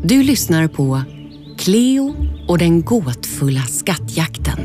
Du lyssnar på Cleo och den gåtfulla skattjakten.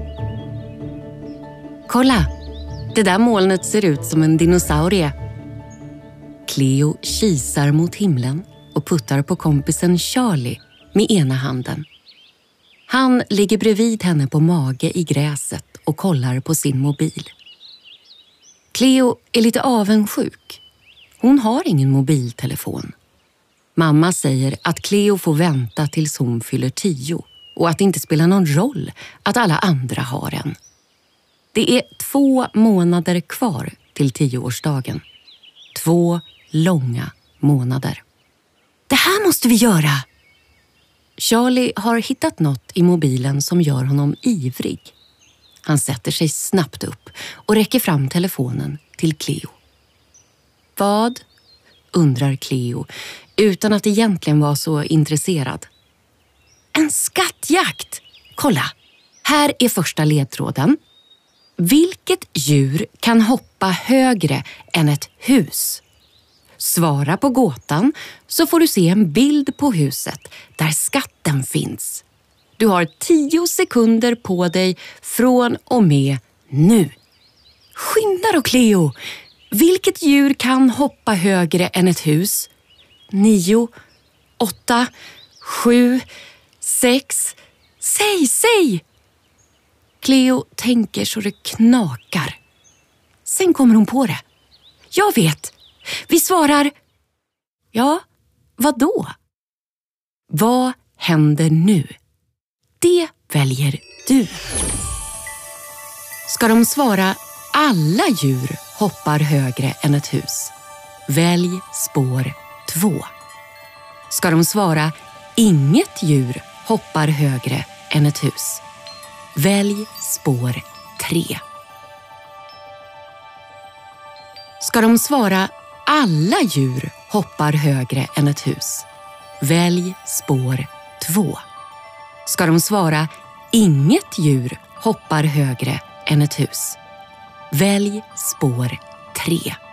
Kolla, det där molnet ser ut som en dinosaurie. Cleo kisar mot himlen och puttar på kompisen Charlie med ena handen. Han ligger bredvid henne på mage i gräset och kollar på sin mobil. Cleo är lite avundsjuk. Hon har ingen mobiltelefon. Mamma säger att Cleo får vänta tills hon fyller 10 och att det inte spelar någon roll att alla andra har en. Det är 2 månader kvar till 10-årsdagen. 2 långa månader. Det här måste vi göra! Charlie har hittat något i mobilen som gör honom ivrig. Han sätter sig snabbt upp och räcker fram telefonen till Cleo. Vad? Undrar Cleo utan att egentligen vara så intresserad. En skattjakt! Kolla, här är första ledtråden. Vilket djur kan hoppa högre än ett hus? Svara på gåtan så får du se en bild på huset där skatten finns. Du har 10 sekunder på dig från och med nu. Skynda då, Cleo! Vilket djur kan hoppa högre än ett hus? 9, 8, 7, 6. Säg! Cleo tänker så det knakar. Sen kommer hon på det. Jag vet. Vi svarar... Ja, vad då? Vad händer nu? Det väljer du. Ska de svara alla djur hoppar högre än ett hus? Välj spår 2. Ska de svara inget djur hoppar högre än ett hus? Välj spår 3. Ska de svara alla djur hoppar högre än ett hus? Välj spår 2. Ska de svara inget djur hoppar högre än ett hus? Välj spår 3.